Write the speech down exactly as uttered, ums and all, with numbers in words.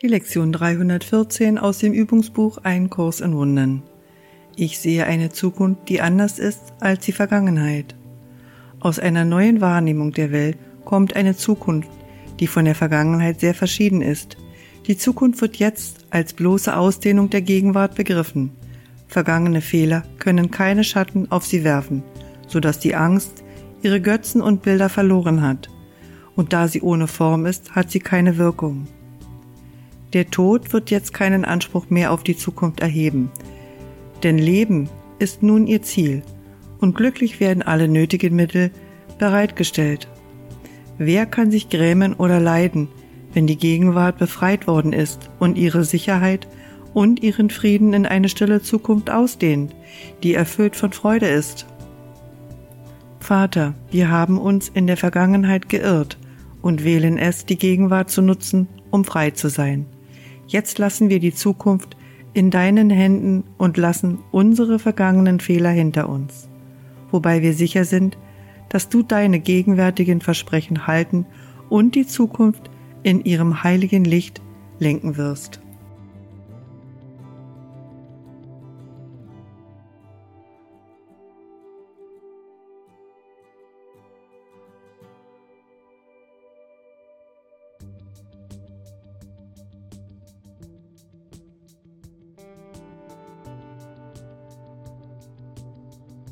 Die Lektion dreihundertvierzehn aus dem Übungsbuch Ein Kurs in Wundern. Ich sehe eine Zukunft, die anders ist als die Vergangenheit. Aus einer neuen Wahrnehmung der Welt kommt eine Zukunft, die von der Vergangenheit sehr verschieden ist. Die Zukunft wird jetzt als bloße Ausdehnung der Gegenwart begriffen. Vergangene Fehler können keine Schatten auf sie werfen, sodass die Angst ihre Götzen und Bilder verloren hat. Und da sie ohne Form ist, hat sie keine Wirkung. Der Tod wird jetzt keinen Anspruch mehr auf die Zukunft erheben, denn Leben ist nun ihr Ziel und glücklich werden alle nötigen Mittel bereitgestellt. Wer kann sich grämen oder leiden, wenn die Gegenwart befreit worden ist und ihre Sicherheit und ihren Frieden in eine stille Zukunft ausdehnt, die erfüllt von Freude ist? Vater, wir haben uns in der Vergangenheit geirrt und wählen es, die Gegenwart zu nutzen, um frei zu sein. Jetzt lassen wir die Zukunft in deinen Händen und lassen unsere vergangenen Fehler hinter uns, wobei wir sicher sind, dass du deine gegenwärtigen Versprechen halten und die Zukunft in ihrem heiligen Licht lenken wirst.